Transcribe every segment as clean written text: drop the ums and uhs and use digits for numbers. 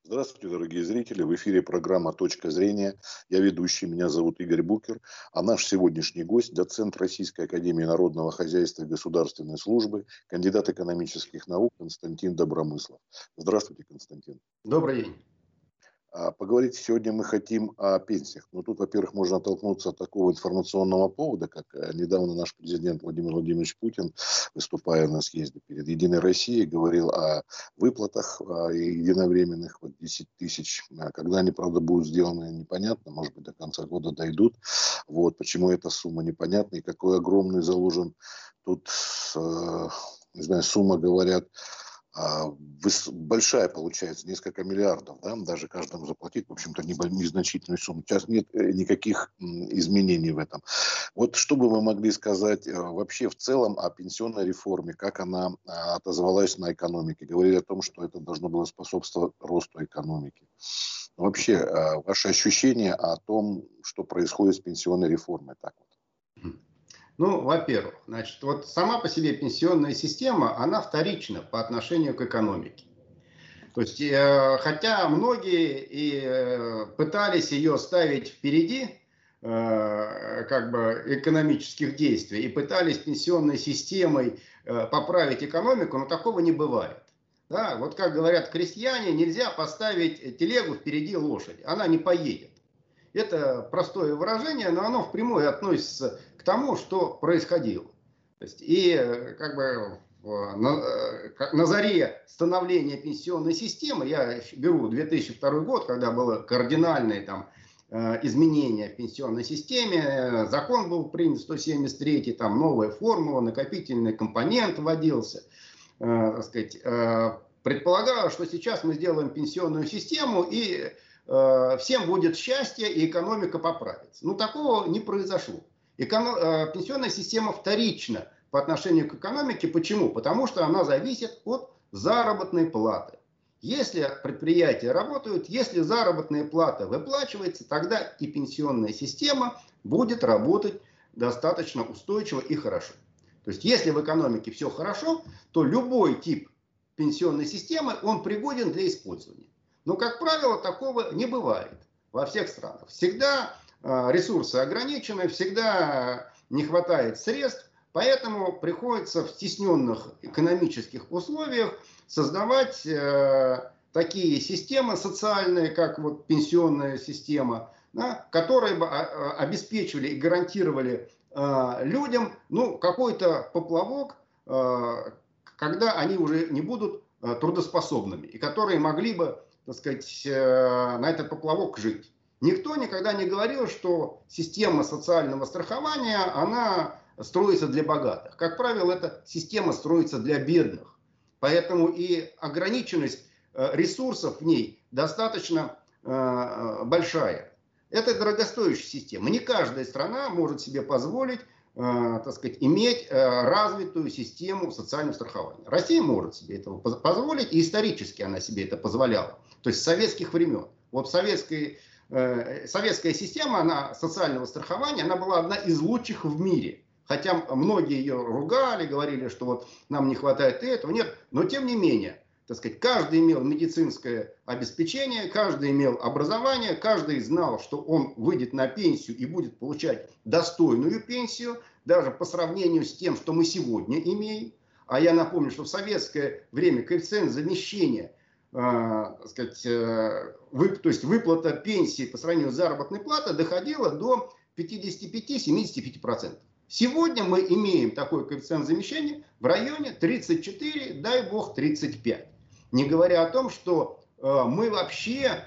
Здравствуйте, дорогие зрители. В эфире программа «Точка зрения». Я ведущий, меня зовут Игорь Букер. А наш сегодняшний гость – доцент Российской академии народного хозяйства и государственной службы, кандидат экономических наук Константин Добромыслов. Здравствуйте, Константин. Добрый день. Поговорить сегодня мы хотим о пенсиях. Но тут, во-первых, можно оттолкнуться от такого информационного повода, как недавно наш президент Владимир Владимирович Путин, выступая на съезде перед «Единой Россией», говорил о выплатах единовременных, 10 тысяч. Когда они, правда, будут сделаны, непонятно. Может быть, до конца года дойдут. Вот. Почему эта сумма непонятна и какой огромный заложен тут, не знаю, сумма, говорят, большая получается, несколько миллиардов, да, даже каждому заплатить, в общем-то, незначительную сумму. Сейчас нет никаких изменений в этом. Вот что бы вы могли сказать вообще в целом о пенсионной реформе, как она отозвалась на экономике? Говорили о том, что это должно было способствовать росту экономики. Вообще, ваши ощущения о том, что происходит с пенсионной реформой? Так вот. Ну, во-первых, значит, вот сама по себе пенсионная система, она вторична по отношению к экономике. То есть, хотя многие и пытались ее ставить впереди как бы экономических действий и пытались пенсионной системой поправить экономику, но такого не бывает. Да, вот как говорят крестьяне, нельзя поставить телегу впереди лошади, она не поедет. Это простое выражение, но оно впрямую относится к тому, что происходило. То есть, и как бы на заре становления пенсионной системы, я беру 2002 год, когда было кардинальное там изменения в пенсионной системе, закон был принят 173, там новая формула, накопительный компонент вводился, так сказать, предполагалось, что сейчас мы сделаем пенсионную систему и всем будет счастье и экономика поправится. Но такого не произошло. Пенсионная система вторична по отношению к экономике. Почему? Потому что она зависит от заработной платы. Если предприятия работают, если заработная плата выплачивается, тогда и пенсионная система будет работать достаточно устойчиво и хорошо. То есть если в экономике все хорошо, то любой тип пенсионной системы, он пригоден для использования. Но, как правило, такого не бывает во всех странах. Всегда ресурсы ограничены, всегда не хватает средств, поэтому приходится в стесненных экономических условиях создавать такие системы социальные, как вот пенсионная система, да, которые бы обеспечивали и гарантировали людям какой-то поплавок, когда они уже не будут трудоспособными, и которые могли бы, так сказать, на этот поплавок жить. Никто никогда не говорил, что система социального страхования, она строится для богатых. Как правило, эта система строится для бедных. Поэтому и ограниченность ресурсов в ней достаточно большая. Это дорогостоящая система. Не каждая страна может себе позволить, так сказать, иметь развитую систему социального страхования. Россия может себе этого позволить, и исторически она себе это позволяла. То есть с советских времен. Вот советская система социального страхования, она была одна из лучших в мире. Хотя многие ее ругали, говорили, что вот нам не хватает этого. Нет, но тем не менее, так сказать, каждый имел медицинское обеспечение, каждый имел образование, каждый знал, что он выйдет на пенсию и будет получать достойную пенсию, даже по сравнению с тем, что мы сегодня имеем. А я напомню, что в советское время коэффициент замещения, так сказать, то есть выплата пенсии по сравнению с заработной платой доходила до 55-75%. Сегодня мы имеем такой коэффициент замещения в районе 34, дай бог 35. Не говоря о том, что мы вообще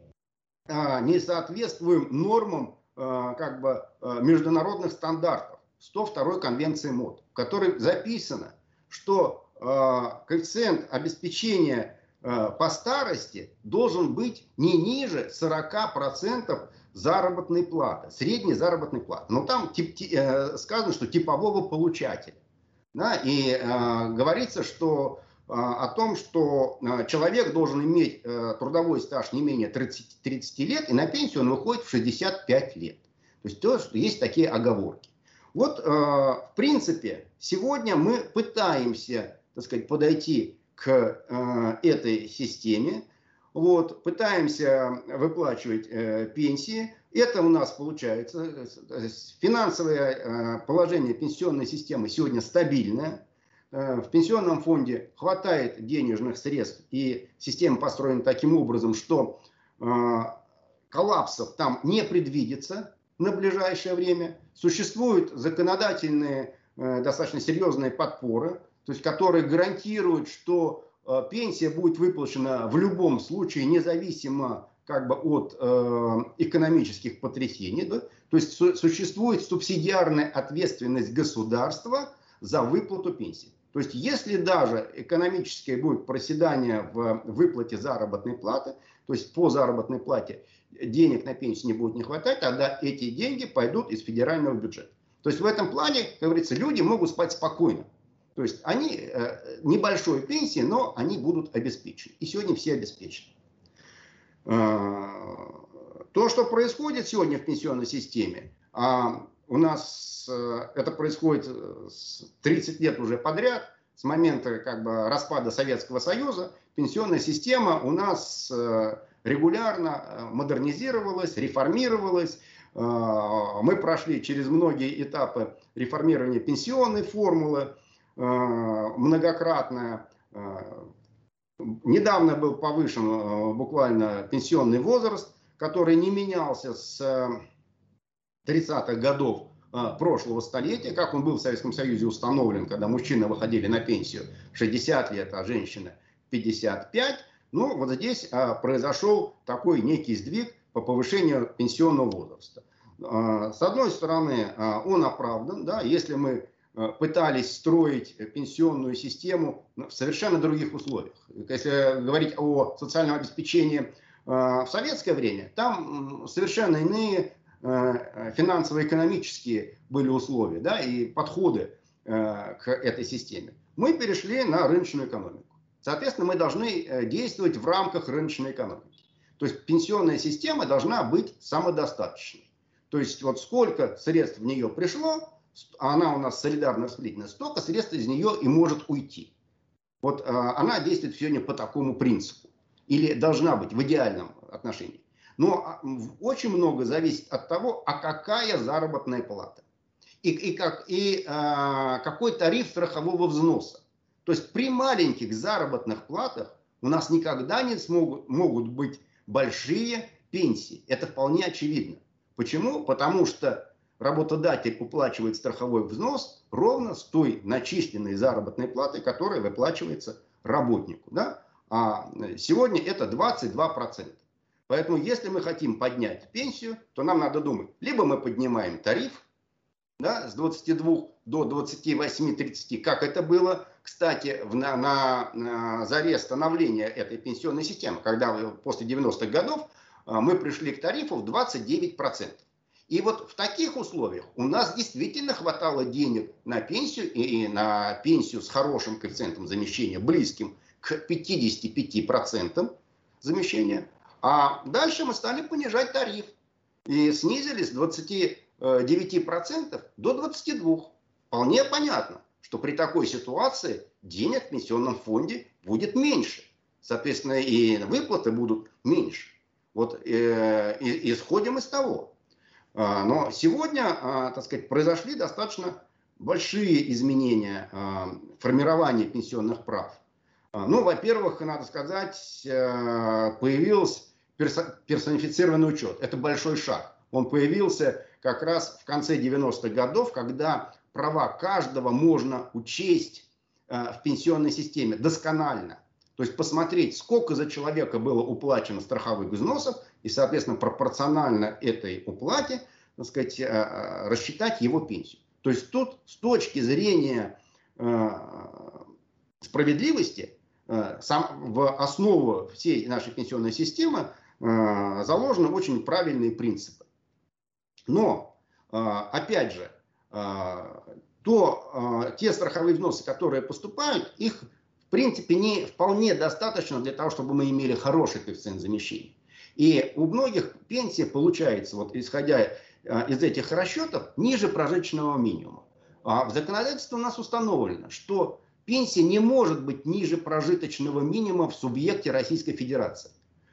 не соответствуем нормам международных стандартов 102 конвенции МОД, в которой записано, что коэффициент обеспечения по старости должен быть не ниже 40% заработной платы, средней заработной платы. Но там сказано, что типового получателя. Да, и говорится, что о том, что человек должен иметь трудовой стаж не менее 30 лет, и на пенсию он выходит в 65 лет. То есть есть такие оговорки. Вот, в принципе, сегодня мы пытаемся, так сказать, подойти к этой системе. вот, пытаемся выплачивать пенсии. Это у нас получается. Финансовое положение пенсионной системы сегодня стабильное. В пенсионном фонде хватает денежных средств, и система построена таким образом, что коллапсов там не предвидится на ближайшее время. Существуют законодательные достаточно серьезные подпоры, то есть, которые гарантируют, что пенсия будет выплачена в любом случае, независимо как бы от экономических потрясений. Да? То есть существует субсидиарная ответственность государства за выплату пенсии. То есть если даже экономическое будет проседание в выплате заработной платы, то есть по заработной плате денег на пенсию не будет не хватать, тогда эти деньги пойдут из федерального бюджета. То есть в этом плане, как говорится, люди могут спать спокойно. То есть они небольшой пенсии, но они будут обеспечены. И сегодня все обеспечены. То, что происходит сегодня в пенсионной системе, у нас это происходит 30 лет уже подряд, с момента как бы распада Советского Союза, пенсионная система у нас регулярно модернизировалась, реформировалась. Мы прошли через многие этапы реформирования пенсионной формулы, многократно. Недавно был повышен буквально пенсионный возраст, который не менялся с 30-х годов прошлого столетия, как он был в Советском Союзе установлен, когда мужчины выходили на пенсию в 60 лет, а женщины в 55. Ну, вот здесь произошел такой некий сдвиг по повышению пенсионного возраста. С одной стороны, он оправдан, да, если мы пытались строить пенсионную систему в совершенно других условиях. Если говорить о социальном обеспечении в советское время, там совершенно иные финансово-экономические были условия, да, и подходы к этой системе. Мы перешли на рыночную экономику. Соответственно, мы должны действовать в рамках рыночной экономики. То есть пенсионная система должна быть самодостаточной. То есть вот сколько средств в нее пришло, она у нас солидарно распределена, столько средств из нее и может уйти. Вот она действует сегодня по такому принципу. Или должна быть в идеальном отношении. Но очень много зависит от того, а какая заработная плата. И какой тариф страхового взноса. То есть при маленьких заработных платах у нас никогда не могут быть большие пенсии. Это вполне очевидно. Почему? Потому что работодатель уплачивает страховой взнос ровно с той начисленной заработной платой, которая выплачивается работнику. Да? А сегодня это 22%. Поэтому если мы хотим поднять пенсию, то нам надо думать, либо мы поднимаем тариф, да, с 22 до 28-30, как это было, кстати, на заре становления этой пенсионной системы, когда после 90-х годов мы пришли к тарифу в 29%. И вот в таких условиях у нас действительно хватало денег на пенсию и на пенсию с хорошим коэффициентом замещения, близким к 55% замещения. А дальше мы стали понижать тариф и снизили с 29% до 22%. Вполне понятно, что при такой ситуации денег в пенсионном фонде будет меньше. Соответственно, и выплаты будут меньше. Вот исходим из того. Но сегодня, так сказать, произошли достаточно большие изменения в формировании пенсионных прав. Ну, во-первых, надо сказать, появился персонифицированный учет. Это большой шаг. Он появился как раз в конце 90-х годов, когда права каждого можно учесть в пенсионной системе досконально. То есть посмотреть, сколько за человека было уплачено страховых взносов и, соответственно, пропорционально этой уплате, так сказать, рассчитать его пенсию. То есть тут с точки зрения справедливости в основу всей нашей пенсионной системы заложены очень правильные принципы. Но, опять же, те страховые взносы, которые поступают, их в принципе не вполне достаточно для того, чтобы мы имели хороший коэффициент замещения. И у многих пенсия получается, вот исходя из этих расчетов, ниже прожиточного минимума. А в законодательстве у нас установлено, что пенсия не может быть ниже прожиточного минимума в субъекте Российской Федерации.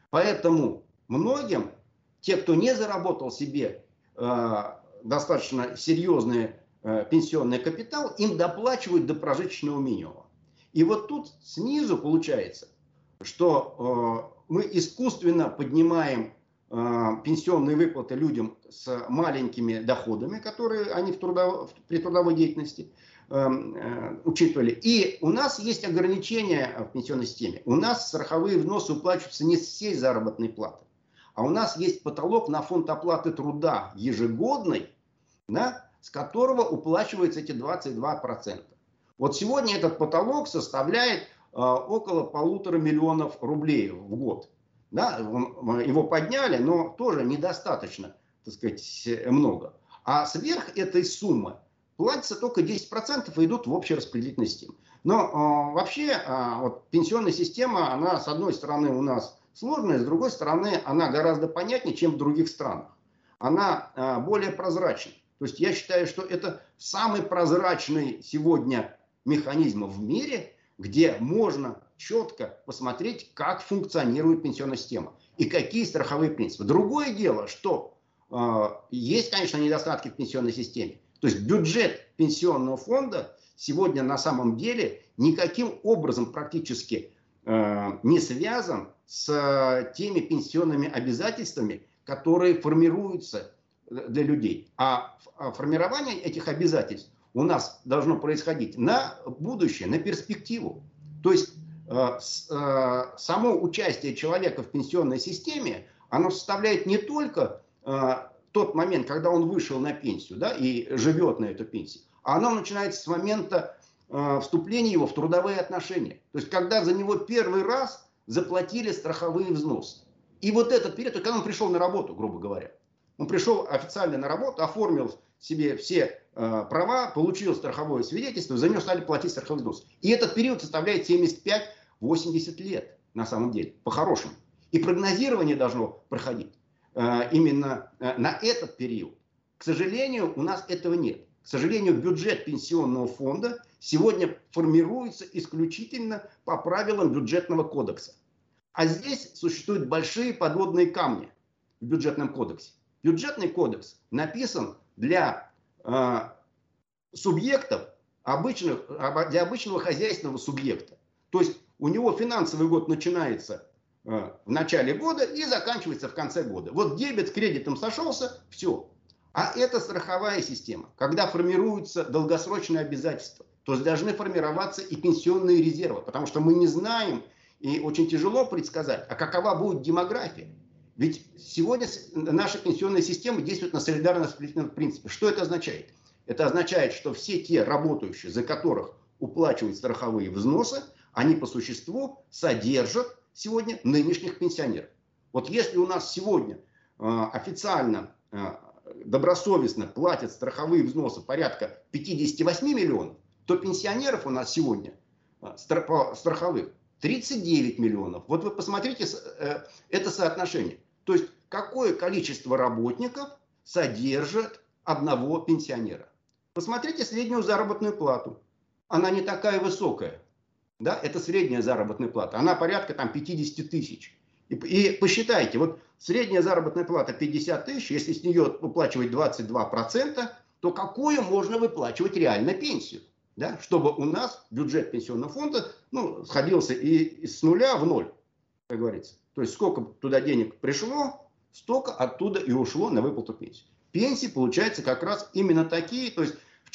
Поэтому многим, те, кто не заработал себе достаточно серьезный пенсионный капитал, им доплачивают до прожиточного минимума. И вот тут снизу получается, что мы искусственно поднимаем пенсионные выплаты людям с маленькими доходами, которые они при трудовой деятельности учитывали. И у нас есть ограничения в пенсионной системе. У нас страховые взносы уплачиваются не с всей заработной платы, а у нас есть потолок на фонд оплаты труда ежегодный, да, с которого уплачиваются эти 22%. Вот сегодня этот потолок составляет около 1,5 миллиона рублей в год. Да, его подняли, но тоже недостаточно, так сказать, много. А сверх этой суммы платится только 10% и идут в общую распределительную систему. Но вообще вот, пенсионная система, она с одной стороны у нас сложная, с другой стороны она гораздо понятнее, чем в других странах. Она более прозрачна. То есть я считаю, что это самый прозрачный сегодня механизм в мире, где можно четко посмотреть, как функционирует пенсионная система и какие страховые принципы. Другое дело, что есть, конечно, недостатки в пенсионной системе. То есть бюджет пенсионного фонда сегодня на самом деле никаким образом практически не связан с теми пенсионными обязательствами, которые формируются для людей. А формирование этих обязательств у нас должно происходить на будущее, на перспективу. То есть само участие человека в пенсионной системе, оно составляет не только тот момент, когда он вышел на пенсию, да, и живет на эту пенсию, а оно начинается с момента вступления его в трудовые отношения. То есть когда за него первый раз заплатили страховые взносы. И вот этот период, когда он пришел на работу, грубо говоря. Он пришел официально на работу, оформил себе все права, получил страховое свидетельство, за него стали платить страховой взнос. И этот период составляет 75-80 лет, на самом деле, по-хорошему. И прогнозирование должно проходить именно на этот период. К сожалению, у нас этого нет. К сожалению, бюджет пенсионного фонда сегодня формируется исключительно по правилам бюджетного кодекса. А здесь существуют большие подводные камни в бюджетном кодексе. Бюджетный кодекс написан для субъектов, для обычного хозяйственного субъекта. То есть у него финансовый год начинается в начале года и заканчивается в конце года. Вот дебет с кредитом сошелся, все. А это страховая система, когда формируются долгосрочные обязательства. То есть должны формироваться и пенсионные резервы, потому что мы не знаем и очень тяжело предсказать, а какова будет демография. Ведь сегодня наша пенсионная система действует на солидарно-распределительном принципе. Что это означает? Это означает, что все те работающие, за которых уплачивают страховые взносы, они по существу содержат сегодня нынешних пенсионеров. Вот если у нас сегодня официально, добросовестно платят страховые взносы порядка 58 миллионов, то пенсионеров у нас сегодня страховых 39 миллионов. Вот вы посмотрите это соотношение. То есть какое количество работников содержит одного пенсионера. Посмотрите среднюю заработную плату. Она не такая высокая. Да? Это средняя заработная плата. Она порядка там 50 тысяч. И посчитайте, вот средняя заработная плата 50 тысяч, если с нее выплачивать 22%, то какую можно выплачивать реально пенсию? Да? Чтобы у нас бюджет пенсионного фонда сходился и с нуля в ноль, как говорится. То есть сколько туда денег пришло, столько оттуда и ушло на выплату пенсии. Пенсии получаются как раз именно такие, то есть в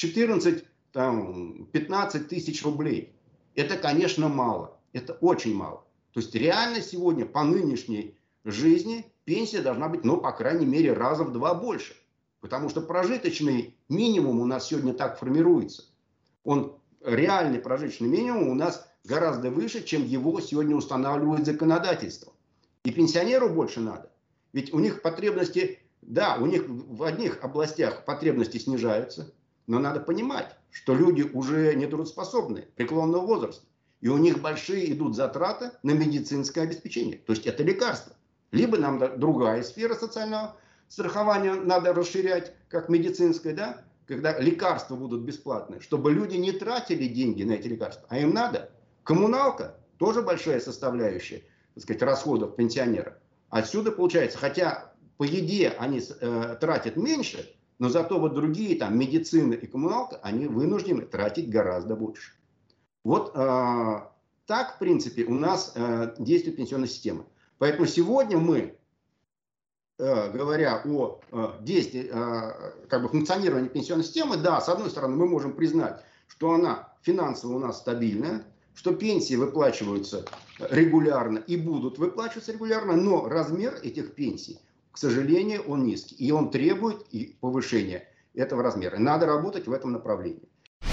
14-15 тысяч рублей. Это, конечно, мало. Это очень мало. То есть реально сегодня по нынешней жизни пенсия должна быть, по крайней мере, раза в 2 больше. Потому что прожиточный минимум у нас сегодня так формируется. Реальный прожиточный минимум у нас гораздо выше, чем его сегодня устанавливает законодательство. И пенсионеру больше надо. Ведь у них потребности, да, у них в одних областях потребности снижаются, но надо понимать, что люди уже нетрудоспособны, преклонного возраста. И у них большие идут затраты на медицинское обеспечение. То есть это лекарства. Либо нам другая сфера социального страхования надо расширять, как медицинская, да, когда лекарства будут бесплатные, чтобы люди не тратили деньги на эти лекарства, а им надо. Коммуналка тоже большая составляющая, так сказать, расходов пенсионера. Отсюда получается, хотя по еде они тратят меньше, но зато вот другие, там, медицина и коммуналка, они вынуждены тратить гораздо больше. Вот так, в принципе, у нас действует пенсионная система. Поэтому сегодня мы, говоря о действии, как бы функционировании пенсионной системы, да, с одной стороны, мы можем признать, что она финансово у нас стабильная, что пенсии выплачиваются регулярно и будут выплачиваться регулярно, но размер этих пенсий, к сожалению, он низкий. И он требует и повышения этого размера. Надо работать в этом направлении.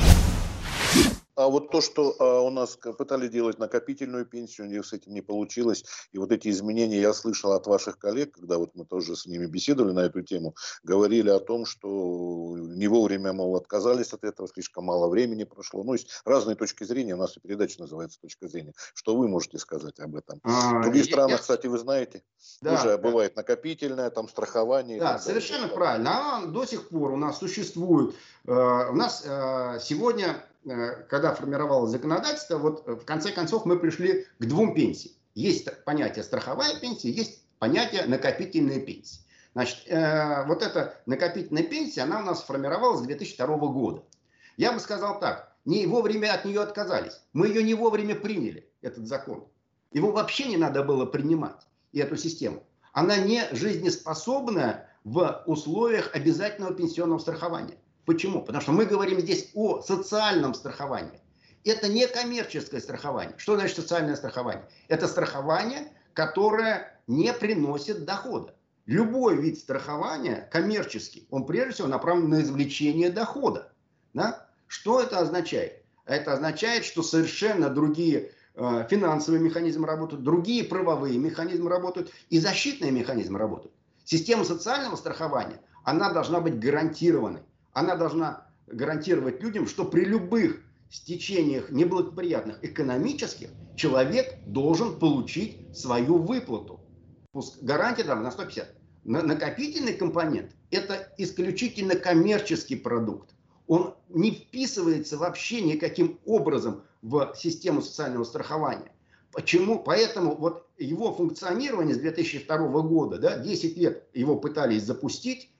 А вот то, что у нас пытались делать накопительную пенсию, с этим не получилось. И вот эти изменения я слышал от ваших коллег, когда вот мы тоже с ними беседовали на эту тему, говорили о том, что не вовремя, мол, отказались от этого, слишком мало времени прошло. Ну, есть разные точки зрения, у нас и передача называется «Точка зрения». Что вы можете сказать об этом? В других странах, кстати, вы знаете, уже бывает накопительное, там страхование. Да, совершенно правильно. Она до сих пор у нас существует. У нас сегодня, когда формировалось законодательство, вот в конце концов мы пришли к двум пенсиям. Есть понятие страховая пенсия, есть понятие накопительная пенсия. Значит, вот эта накопительная пенсия, она у нас сформировалась с 2002 года. Я бы сказал так, не вовремя от нее отказались. Мы ее не вовремя приняли, этот закон. Его вообще не надо было принимать, и эту систему. Она не жизнеспособна в условиях обязательного пенсионного страхования. Почему? Потому что мы говорим здесь о социальном страховании. Это не коммерческое страхование. Что значит социальное страхование? Это страхование, которое не приносит дохода. Любой вид страхования коммерческий, он прежде всего направлен на извлечение дохода. Да? Что это означает? Это означает, что совершенно другие финансовые механизмы работают, другие правовые механизмы работают и защитные механизмы работают. Система социального страхования, она должна быть гарантированной. Она должна гарантировать людям, что при любых стечениях неблагоприятных экономических человек должен получить свою выплату. Гарантия там на 150. Накопительный компонент – это исключительно коммерческий продукт. Он не вписывается вообще никаким образом в систему социального страхования. Почему? Поэтому вот его функционирование с 2002 года, да, 10 лет его пытались запустить,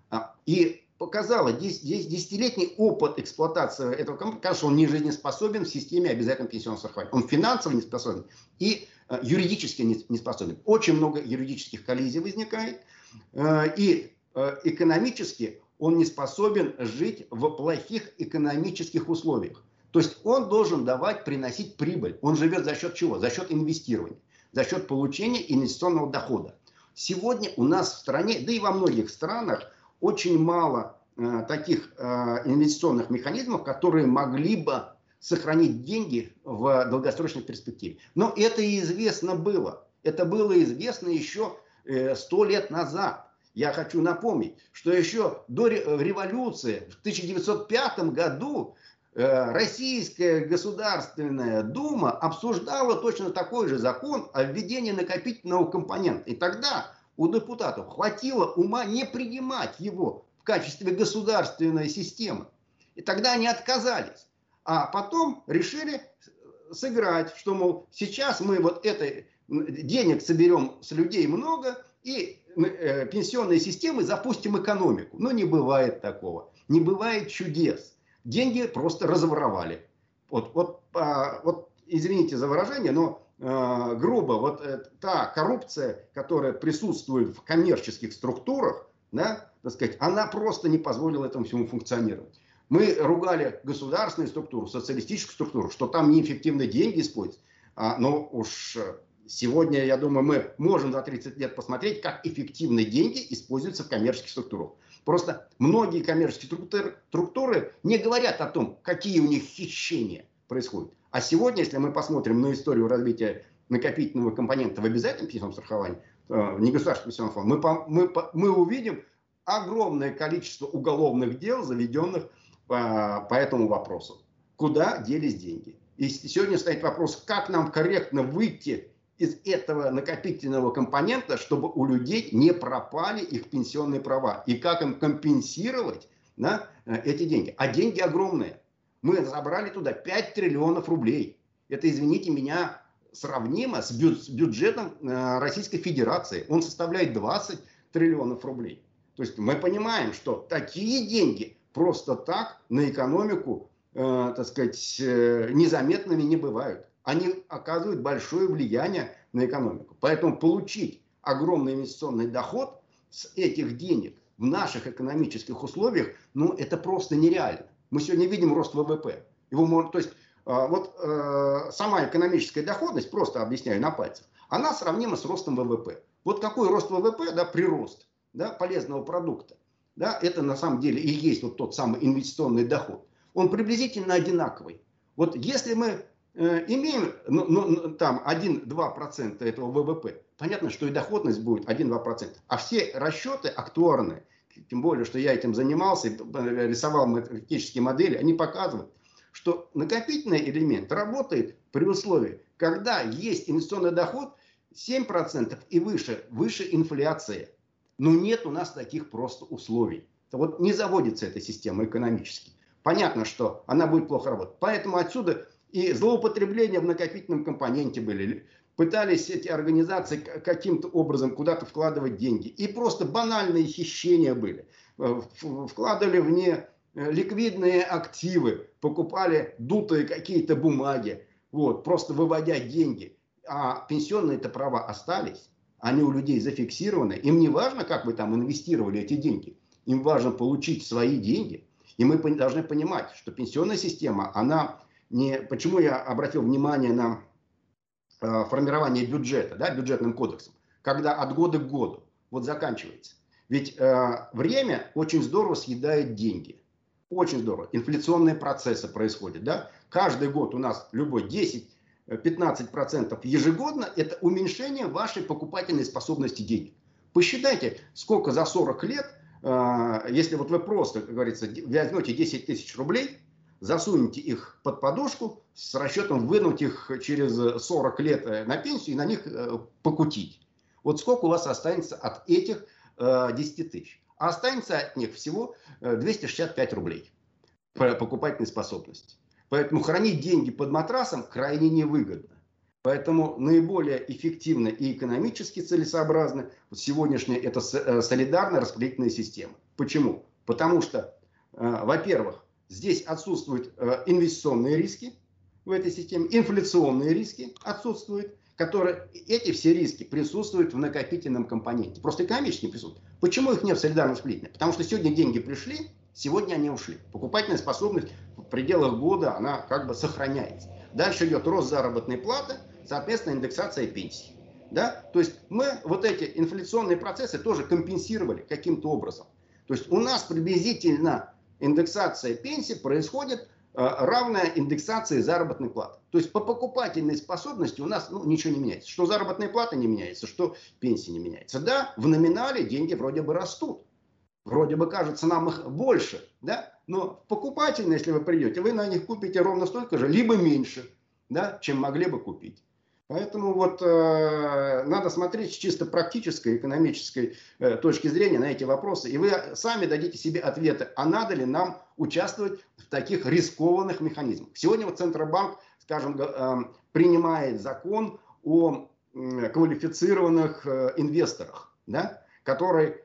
и показало 10-летний опыт эксплуатации этого компонента, что он не жизнеспособен в системе обязательного пенсионного страхования. Он финансово не способен и юридически не способен. Очень много юридических коллизий возникает, и экономически он не способен жить в плохих экономических условиях. То есть он должен приносить прибыль. Он живет за счет чего? За счет инвестирования, за счет получения инвестиционного дохода. Сегодня у нас в стране, да и во многих странах, очень мало таких инвестиционных механизмов, которые могли бы сохранить деньги в долгосрочной перспективе. Но это и известно было. Это было известно еще 100 лет назад. Я хочу напомнить, что еще до революции в 1905 году Российская Государственная Дума обсуждала точно такой же закон о введении накопительного компонента. И тогда у депутатов хватило ума не принимать его в качестве государственной системы. И тогда они отказались. А потом решили сыграть, что, мол, сейчас мы вот денег соберем с людей много и пенсионной системы запустим экономику. Но не бывает такого. Не бывает чудес. Деньги просто разворовали. Вот извините за выражение, но грубо, вот та коррупция, которая присутствует в коммерческих структурах, да, так сказать, она просто не позволила этому всему функционировать. Мы ругали государственную структуру, социалистическую структуру, что там неэффективно деньги используются. Но уж сегодня, я думаю, мы можем за 30 лет посмотреть, как эффективно деньги используются в коммерческих структурах. Просто многие коммерческие структуры не говорят о том, какие у них хищения происходят. А сегодня, если мы посмотрим на историю развития накопительного компонента в обязательном пенсионном страховании, в негосударственном пенсионном фонде, мы увидим огромное количество уголовных дел, заведенных по этому вопросу. Куда делись деньги? И сегодня стоит вопрос, как нам корректно выйти из этого накопительного компонента, чтобы у людей не пропали их пенсионные права. И как им компенсировать, да, эти деньги. А деньги огромные. Мы забрали туда 5 триллионов рублей. Это, извините меня, сравнимо с бюджетом Российской Федерации. Он составляет 20 триллионов рублей. То есть мы понимаем, что такие деньги просто так на экономику, так сказать, незаметными не бывают. Они оказывают большое влияние на экономику. Поэтому получить огромный инвестиционный доход с этих денег в наших экономических условиях, ну, это просто нереально. Мы сегодня видим рост ВВП. То есть сама экономическая доходность, просто объясняю на пальцах, она сравнима с ростом ВВП. Вот какой рост ВВП, да, прирост, да, полезного продукта, да, это на самом деле и есть вот тот самый инвестиционный доход. Он приблизительно одинаковый. Вот если мы имеем там 1-2% этого ВВП, понятно, что и доходность будет 1-2%. А все расчеты актуарные, тем более, что я этим занимался, рисовал математические модели, они показывают, что накопительный элемент работает при условии, когда есть инвестиционный доход 7% и выше инфляции. Но нет у нас таких просто условий. Вот не заводится эта система экономически. Понятно, что она будет плохо работать. Поэтому отсюда и злоупотребления в накопительном компоненте были. Пытались эти организации каким-то образом куда-то вкладывать деньги. И просто банальные хищения были. Вкладывали в ликвидные активы, покупали дутые какие-то бумаги, вот, просто выводя деньги. А пенсионные-то права остались. Они у людей зафиксированы. Им не важно, как вы там инвестировали эти деньги. Им важно получить свои деньги. И мы должны понимать, что пенсионная система, она не... Почему я обратил внимание на формирование бюджета, да, бюджетным кодексом, когда от года к году вот заканчивается. Ведь время очень здорово съедает деньги. Очень здорово. Инфляционные процессы происходят. Да? Каждый год у нас любой 10-15% ежегодно – это уменьшение вашей покупательной способности денег. Посчитайте, сколько за 40 лет, если вот вы просто, как говорится, возьмете 10 тысяч рублей, засунете их под подушку с расчетом вынуть их через 40 лет на пенсию и на них покутить. Вот сколько у вас останется от этих 10 тысяч? А останется от них всего 265 рублей покупательной способности. Поэтому хранить деньги под матрасом крайне невыгодно. Поэтому наиболее эффективно и экономически целесообразно сегодняшняя это солидарная распределительная система. Почему? Потому что, во-первых, здесь отсутствуют инвестиционные риски в этой системе, инфляционные риски отсутствуют, эти все риски присутствуют в накопительном компоненте. Просто экономически присутствуют. Почему их нет в солидарно-распределительной? Потому что сегодня деньги пришли, сегодня они ушли. Покупательная способность в пределах года, она как бы сохраняется. Дальше идет рост заработной платы, соответственно, индексация пенсий. Да? То есть мы вот эти инфляционные процессы тоже компенсировали каким-то образом. То есть у нас приблизительно индексация пенсий происходит равная индексации заработной платы. То есть по покупательной способности у нас ничего не меняется. Что заработная плата не меняется, что пенсия не меняется. Да, в номинале деньги вроде бы растут. Вроде бы кажется нам их больше. Да? Но покупательно, если вы придете, вы на них купите ровно столько же, либо меньше, да, чем могли бы купить. Поэтому вот надо смотреть с чисто практической, экономической точки зрения на эти вопросы. И вы сами дадите себе ответы, а надо ли нам участвовать в таких рискованных механизмах. Сегодня вот Центробанк, скажем, принимает закон о квалифицированных инвесторах, да, который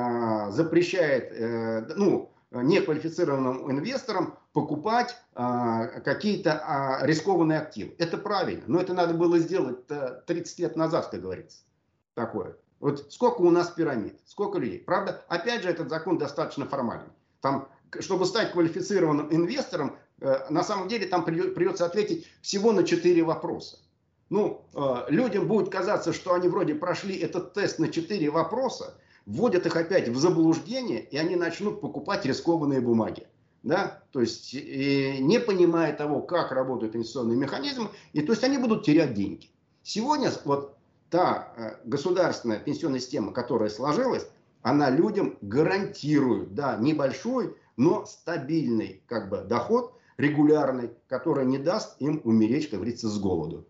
запрещает неквалифицированным инвесторам покупать какие-то рискованные активы. Это правильно, но это надо было сделать 30 лет назад, как говорится. Такое. Вот сколько у нас пирамид, сколько людей. Правда, опять же, этот закон достаточно формальный. Там, чтобы стать квалифицированным инвестором, на самом деле там придется ответить всего на 4 вопроса. Людям будет казаться, что они вроде прошли этот тест на 4 вопроса, вводят их опять в заблуждение, и они начнут покупать рискованные бумаги. Да? То есть, не понимая того, как работают инвестиционные механизмы, и то есть они будут терять деньги. Сегодня вот та государственная пенсионная система, которая сложилась, она людям гарантирует, да, небольшой, но стабильный доход, регулярный, который не даст им умереть, как говорится, с голоду.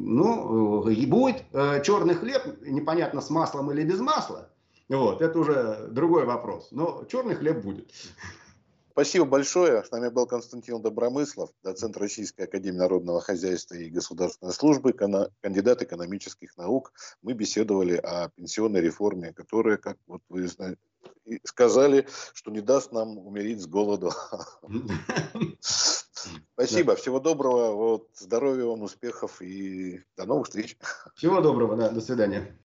И будет черный хлеб, непонятно, с маслом или без масла. Вот, это уже другой вопрос. Но черный хлеб будет. Спасибо большое. С нами был Константин Добромыслов, доцент Российской академии народного хозяйства и государственной службы, кандидат экономических наук. Мы беседовали о пенсионной реформе, которая, как вот вы сказали, что не даст нам умереть с голоду. Спасибо, всего доброго, вот, здоровья вам, успехов и до новых встреч. Всего доброго, да, до свидания.